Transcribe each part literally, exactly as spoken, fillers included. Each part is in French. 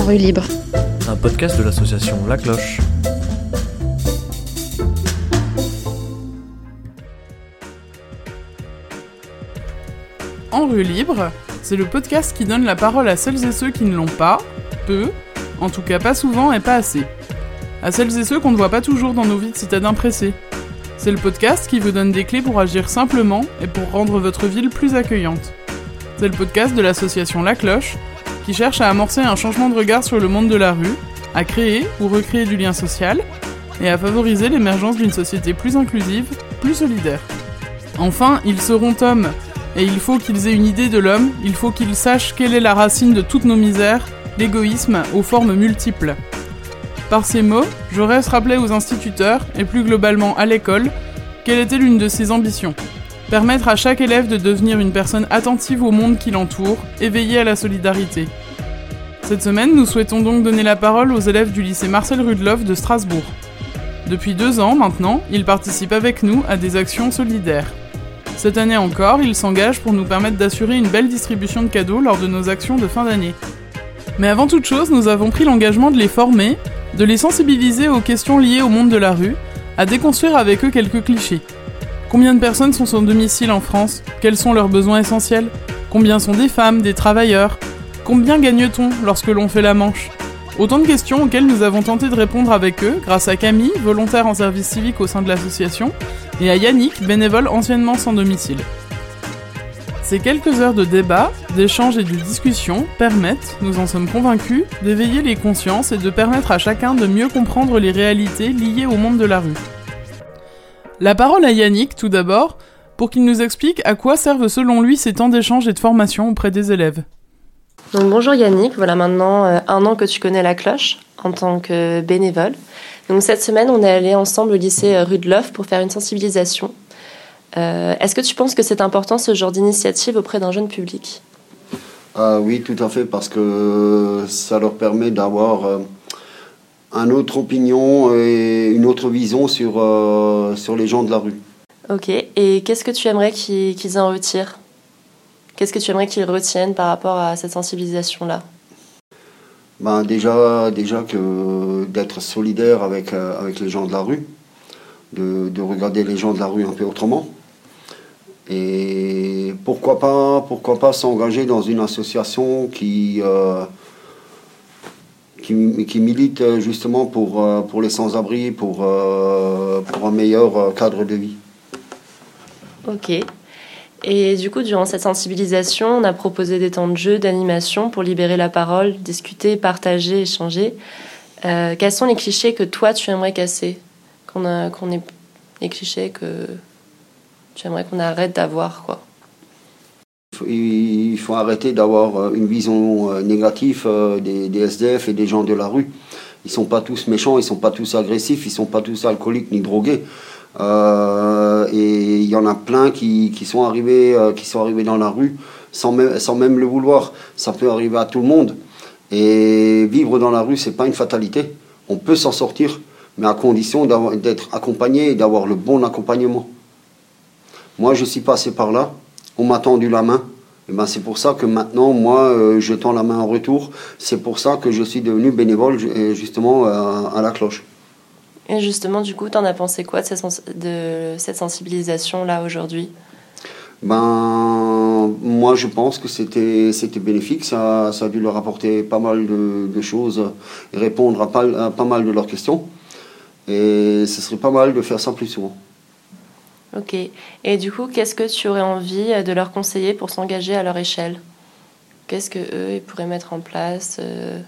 rue libre. Un podcast de l'association La Cloche. En rue libre, c'est le podcast qui donne la parole à celles et ceux qui ne l'ont pas, peu, en tout cas pas souvent et pas assez. À celles et ceux qu'on ne voit pas toujours dans nos vies de citadins pressés. C'est le podcast qui vous donne des clés pour agir simplement et pour rendre votre ville plus accueillante. C'est le podcast de l'association La Cloche, qui cherche à amorcer un changement de regard sur le monde de la rue, à créer ou recréer du lien social, et à favoriser l'émergence d'une société plus inclusive, plus solidaire. Enfin, ils seront hommes, et il faut qu'ils aient une idée de l'homme, il faut qu'ils sachent quelle est la racine de toutes nos misères, l'égoïsme aux formes multiples. Par ces mots, Jaurès rappelait aux instituteurs, et plus globalement à l'école, quelle était l'une de ses ambitions. Permettre à chaque élève de devenir une personne attentive au monde qui l'entoure, éveillée à la solidarité. Cette semaine, nous souhaitons donc donner la parole aux élèves du lycée Marcel Rudloff de Strasbourg. Depuis deux ans maintenant, ils participent avec nous à des actions solidaires. Cette année encore, ils s'engagent pour nous permettre d'assurer une belle distribution de cadeaux lors de nos actions de fin d'année. Mais avant toute chose, nous avons pris l'engagement de les former, de les sensibiliser aux questions liées au monde de la rue, à déconstruire avec eux quelques clichés. Combien de personnes sont sans domicile en France ? Quels sont leurs besoins essentiels ? Combien sont des femmes, des travailleurs ? Combien gagne-t-on lorsque l'on fait la manche ? Autant de questions auxquelles nous avons tenté de répondre avec eux, grâce à Camille, volontaire en service civique au sein de l'association, et à Yannick, bénévole anciennement sans domicile. Ces quelques heures de débat, d'échange et de discussion permettent, nous en sommes convaincus, d'éveiller les consciences et de permettre à chacun de mieux comprendre les réalités liées au monde de la rue. La parole à Yannick, tout d'abord, pour qu'il nous explique à quoi servent selon lui ces temps d'échange et de formation auprès des élèves. Donc bonjour Yannick, voilà maintenant euh, un an que tu connais La Cloche en tant que bénévole. Donc cette semaine, on est allé ensemble au lycée Rudloff pour faire une sensibilisation. Euh, est-ce que tu penses que c'est important ce genre d'initiative auprès d'un jeune public ? Ah oui, tout à fait, parce que ça leur permet d'avoir euh, une autre opinion et une autre vision sur, euh, sur les gens de la rue. Ok, et qu'est-ce que tu aimerais qu'ils, qu'ils en retirent ? Qu'est-ce que tu aimerais qu'ils retiennent par rapport à cette sensibilisation-là ? Ben déjà, déjà que d'être solidaire avec, euh, avec les gens de la rue, de, de regarder les gens de la rue un peu autrement. Et pourquoi pas, pourquoi pas s'engager dans une association qui, euh, qui, qui milite justement pour, euh, pour les sans-abri, pour, euh, pour un meilleur cadre de vie. Ok. Et du coup, durant cette sensibilisation, on a proposé des temps de jeu, d'animation pour libérer la parole, discuter, partager, échanger. Euh, quels sont les clichés que toi, tu aimerais casser ? Qu'on a, qu'on ait les clichés que tu aimerais qu'on arrête d'avoir, quoi. Il faut arrêter d'avoir une vision négative des, des S D F et des gens de la rue. Ils ne sont pas tous méchants, ils ne sont pas tous agressifs, ils ne sont pas tous alcooliques ni drogués. Euh, et il y en a plein qui, qui, sont arrivés, euh, qui sont arrivés dans la rue sans même, sans même le vouloir. Ça peut arriver à tout le monde. Et vivre dans la rue, ce n'est pas une fatalité. On peut s'en sortir, mais à condition d'être accompagné et d'avoir le bon accompagnement. Moi, je suis passé par là, on m'a tendu la main. Et ben, c'est pour ça que maintenant, moi, euh, je tends la main en retour. C'est pour ça que je suis devenu bénévole, justement, à, à La Cloche. Et justement, du coup, t'en as pensé quoi de cette, sens- de cette sensibilisation-là aujourd'hui ? Ben, moi, je pense que c'était, c'était bénéfique. Ça, ça a dû leur apporter pas mal de, de choses et répondre à pas, à pas mal de leurs questions. Et ce serait pas mal de faire ça plus souvent. Ok. Et du coup, qu'est-ce que tu aurais envie de leur conseiller pour s'engager à leur échelle ? Qu'est-ce qu'eux, ils pourraient mettre en place euh...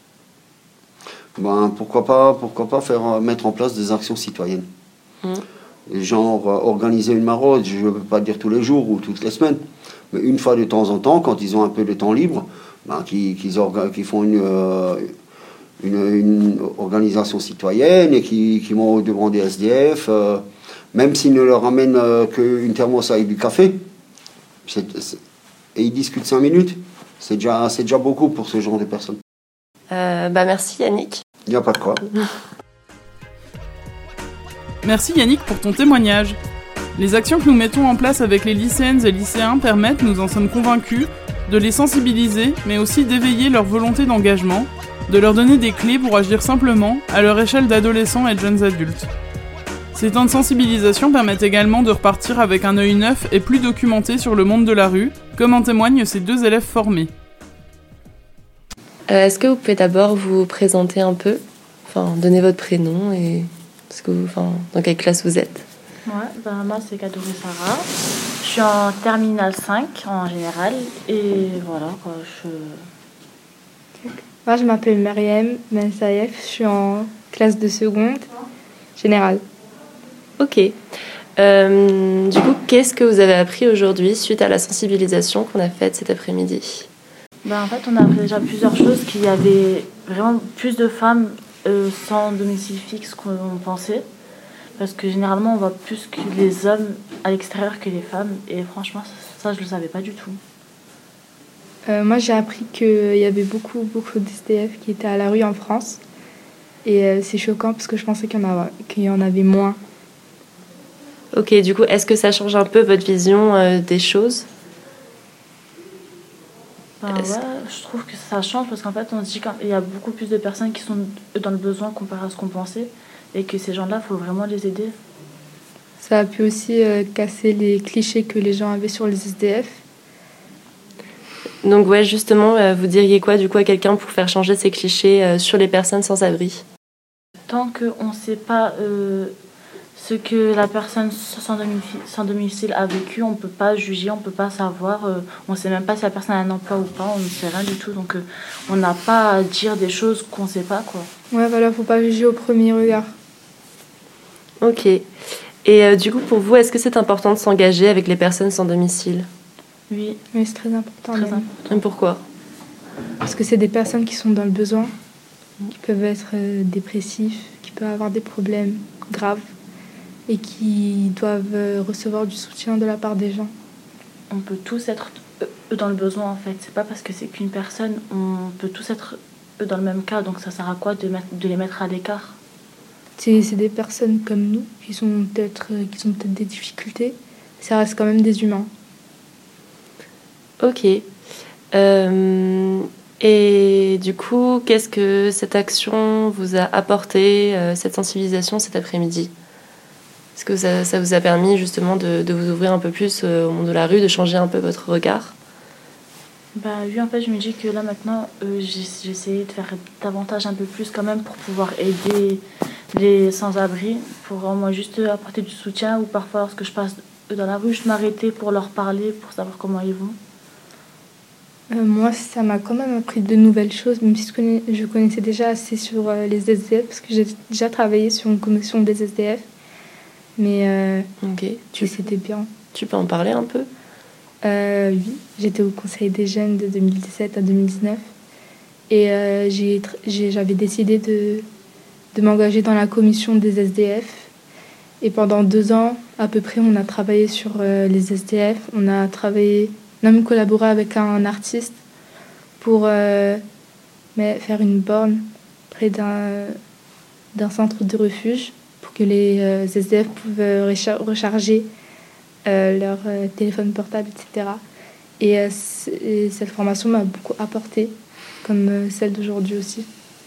Ben, pourquoi pas, pourquoi pas faire, mettre en place des actions citoyennes. Mmh. Genre, euh, organiser une maraude, je ne veux pas dire tous les jours ou toutes les semaines, mais une fois de temps en temps, quand ils ont un peu de temps libre, ben, qu'ils, qu'ils, orga- qu'ils font une, euh, une, une organisation citoyenne et qu'ils, qu'ils vont devant des S D F, euh, même s'ils ne leur amènent euh, qu'une thermos avec du café, c'est, c'est, et ils discutent cinq minutes, c'est déjà, c'est déjà beaucoup pour ce genre de personnes. Euh, bah merci Yannick. Il n'y a pas de quoi. Merci Yannick pour ton témoignage. Les actions que nous mettons en place avec les lycéennes et lycéens permettent, nous en sommes convaincus, de les sensibiliser, mais aussi d'éveiller leur volonté d'engagement, de leur donner des clés pour agir simplement à leur échelle d'adolescents et de jeunes adultes. Ces temps de sensibilisation permettent également de repartir avec un œil neuf et plus documenté sur le monde de la rue, comme en témoignent ces deux élèves formés. Euh, est-ce que vous pouvez d'abord vous présenter un peu, enfin donner votre prénom et ce que vous, enfin, dans quelle classe vous êtes? Ouais, ben moi c'est Kadouri Sarah. Je suis en terminale cinq en général et voilà quoi, je... Moi je m'appelle Mariam Mensaïef, je suis en classe de seconde générale. Ok. Euh, du coup, qu'est-ce que vous avez appris aujourd'hui suite à la sensibilisation qu'on a faite cet après-midi? Ben, en fait, on a appris déjà plusieurs choses, qu'il y avait vraiment plus de femmes euh, sans domicile fixe qu'on pensait. Parce que généralement, on voit plus que les hommes à l'extérieur que les femmes. Et franchement, ça, je ne le savais pas du tout. Euh, moi, j'ai appris qu'il y avait beaucoup, beaucoup d'S D F qui étaient à la rue en France. Et euh, c'est choquant parce que je pensais qu'il y en avait, qu'il y en avait moins. Ok, du coup, est-ce que ça change un peu votre vision euh, des choses? Ben ouais, je trouve que ça change parce qu'en fait, on se dit qu'il y a beaucoup plus de personnes qui sont dans le besoin comparé à ce qu'on pensait et que ces gens-là, il faut vraiment les aider. Ça a pu aussi euh, casser les clichés que les gens avaient sur les S D F. Donc ouais, justement, euh, vous diriez quoi du coup à quelqu'un pour faire changer ces clichés euh, sur les personnes sans abri? Tant qu'on ne sait pas euh, ce que la personne sans domicile, sans domicile a vécu, on ne peut pas juger, on ne peut pas savoir. Euh, on ne sait même pas si la personne a un emploi ou pas, on ne sait rien du tout. Donc euh, on n'a pas à dire des choses qu'on ne sait pas, quoi. Ouais, voilà, faut pas juger au premier regard. Ok. Et euh, du coup, pour vous, est-ce que c'est important de s'engager avec les personnes sans domicile? Oui. Oui, c'est très important. Très même. important. Et pourquoi? Parce que c'est des personnes qui sont dans le besoin, qui peuvent être euh, dépressifs, qui peuvent avoir des problèmes graves et qui doivent euh, recevoir du soutien de la part des gens. On peut tous être dans le besoin, en fait. C'est pas parce que c'est qu'une personne, on peut tous être dans le même cas. Donc ça sert à quoi de, mettre, de les mettre à l'écart? C'est, c'est des personnes comme nous qui, sont peut-être, euh, qui ont peut-être des difficultés. Ça reste quand même des humains. Ok. Euh, et du coup, qu'est-ce que cette action vous a apporté, euh, cette sensibilisation cet après-midi? Est-ce que ça, ça vous a permis justement de, de vous ouvrir un peu plus euh, au monde de la rue, de changer un peu votre regard? Bah oui, en fait, je me dis que là maintenant, euh, j'ai, j'ai essayé de faire davantage un peu plus quand même pour pouvoir aider les sans-abri, pour au moins juste apporter du soutien ou parfois lorsque je passe dans la rue, je m'arrêtais pour leur parler, pour savoir comment ils vont. Euh, moi, ça m'a quand même appris de nouvelles choses, même si je, connais, je connaissais déjà assez sur euh, les S D F, parce que j'ai déjà travaillé sur une commission des S D F. Mais euh, okay. tu, c'était bien. Tu peux en parler un peu? euh, Oui, j'étais au Conseil des jeunes de deux mille dix-sept à deux mille dix-neuf. Et euh, j'ai, j'ai, j'avais décidé de, de m'engager dans la commission des S D F. Et pendant deux ans, à peu près, on a travaillé sur euh, les S D F. On a travaillé... On a même collaboré avec un artiste pour euh, mais faire une borne près d'un, d'un centre de refuge pour que les euh, S D F puissent recharger euh, leur euh, téléphone portable, et cetera. Et, euh, et cette formation m'a beaucoup apporté, comme euh, celle d'aujourd'hui aussi.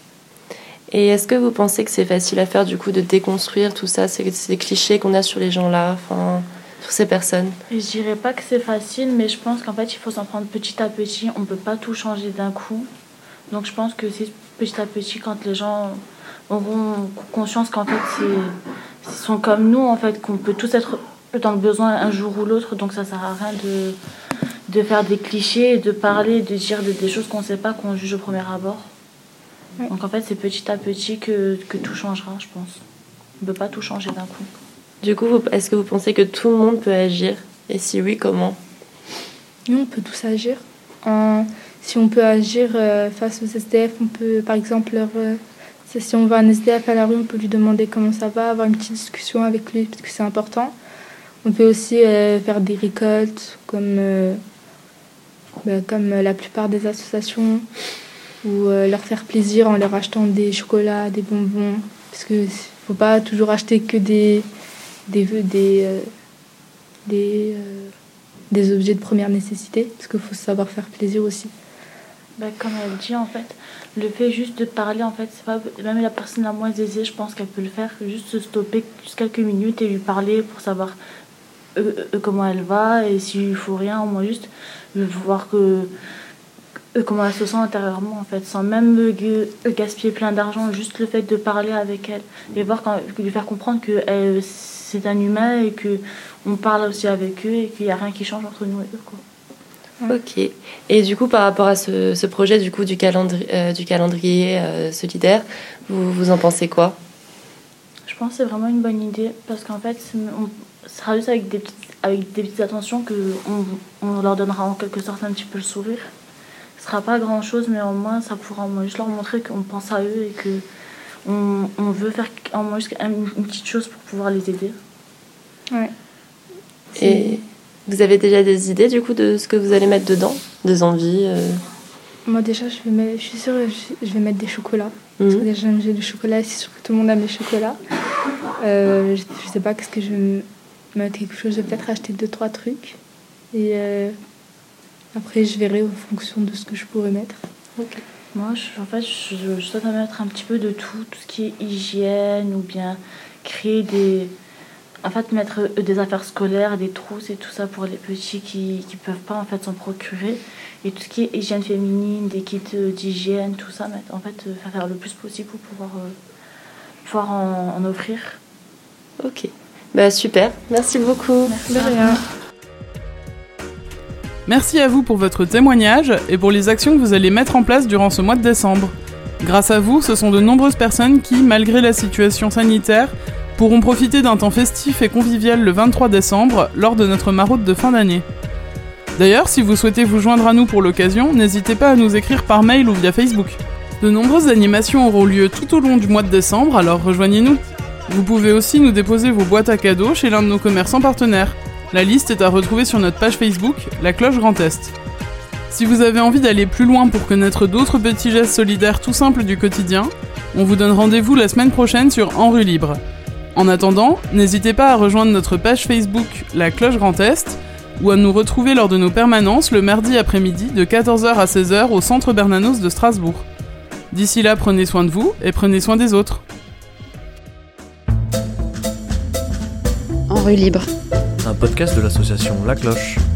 Et est-ce que vous pensez que c'est facile à faire du coup de déconstruire tout ça, ces, ces clichés qu'on a sur les gens-là, enfin, sur ces personnes? Et je dirais pas que c'est facile, mais je pense qu'en fait il faut s'en prendre petit à petit. On peut pas tout changer d'un coup. Donc je pense que c'est petit à petit quand les gens auront conscience qu'en fait c'est, ils sont comme nous en fait, qu'on peut tous être dans le besoin un jour ou l'autre. Donc ça sert à rien de, de faire des clichés, de parler, de dire des, des choses qu'on sait pas, qu'on juge au premier abord. Ouais. Donc en fait c'est petit à petit que, que tout changera, je pense. On peut pas tout changer d'un coup. Du coup, est-ce que vous pensez que tout le monde peut agir? Et si oui, comment? Oui, on peut tous agir. En, si on peut agir euh, face aux S D F, on peut par exemple leur, euh, si on voit un S D F à la rue, on peut lui demander comment ça va, avoir une petite discussion avec lui parce que c'est important. On peut aussi euh, faire des récoltes comme, euh, bah, comme la plupart des associations, ou euh, leur faire plaisir en leur achetant des chocolats, des bonbons, parce qu'il ne faut pas toujours acheter que des des, des, euh, des, euh, des objets de première nécessité, parce qu'il faut savoir faire plaisir aussi. Bah, comme elle dit, en fait, le fait juste de parler, en fait, c'est pas même la personne la moins aisée, je pense qu'elle peut le faire, juste se stopper juste quelques minutes et lui parler pour savoir euh, euh, comment elle va et s'il faut rien, au moins juste voir que euh, comment elle se sent intérieurement, en fait, sans même euh, gaspiller plein d'argent, juste le fait de parler avec elle et voir quand, lui faire comprendre que elle, c'est un humain et que on parle aussi avec eux et qu'il n'y a rien qui change entre nous et eux, quoi. Ok. Et du coup, par rapport à ce, ce projet du, coup, du, calendri- euh, du calendrier euh, solidaire, vous, vous en pensez quoi ? Je pense que c'est vraiment une bonne idée parce qu'en fait, on sera juste avec des petites, avec des petites attentions qu'on on leur donnera en quelque sorte un petit peu le sourire. Ce ne sera pas grand-chose, mais au moins, ça pourra au moins juste leur montrer qu'on pense à eux et qu'on on veut faire au moins juste une, une petite chose pour pouvoir les aider. Ouais. Et vous avez déjà des idées du coup de ce que vous allez mettre dedans ? Des envies euh... Moi déjà, je, vais mettre, je suis sûre que je vais mettre des chocolats. Mm-hmm. Parce que déjà, j'ai du chocolat, c'est sûr que tout le monde aime les chocolats. Euh, je, je sais pas qu'est-ce que je vais mettre quelque chose, je vais peut-être acheter deux, trois trucs. Et euh, après, je verrai en fonction de ce que je pourrais mettre. Okay. Moi, je, en fait, je, je dois mettre un petit peu de tout, tout ce qui est hygiène ou bien créer des... En fait, mettre des affaires scolaires, des trousses et tout ça pour les petits qui ne peuvent pas en fait s'en procurer. Et tout ce qui est hygiène féminine, des kits d'hygiène, tout ça, en fait, faire le plus possible pour pouvoir, euh, pouvoir en, en offrir. Ok, bah, super, merci beaucoup. Merci de rien. Merci à vous pour votre témoignage et pour les actions que vous allez mettre en place durant ce mois de décembre. Grâce à vous, ce sont de nombreuses personnes qui, malgré la situation sanitaire, pourront profiter d'un temps festif et convivial le vingt-trois décembre lors de notre maraude de fin d'année. D'ailleurs, si vous souhaitez vous joindre à nous pour l'occasion, n'hésitez pas à nous écrire par mail ou via Facebook. De nombreuses animations auront lieu tout au long du mois de décembre, alors rejoignez-nous. Vous pouvez aussi nous déposer vos boîtes à cadeaux chez l'un de nos commerçants partenaires. La liste est à retrouver sur notre page Facebook, La Cloche Grand Est. Si vous avez envie d'aller plus loin pour connaître d'autres petits gestes solidaires tout simples du quotidien, on vous donne rendez-vous la semaine prochaine sur En Rue Libre. En attendant, n'hésitez pas à rejoindre notre page Facebook La Cloche Grand Est ou à nous retrouver lors de nos permanences le mardi après-midi de quatorze heures à seize heures au Centre Bernanos de Strasbourg. D'ici là, prenez soin de vous et prenez soin des autres. En Rue Libre. Un podcast de l'association La Cloche.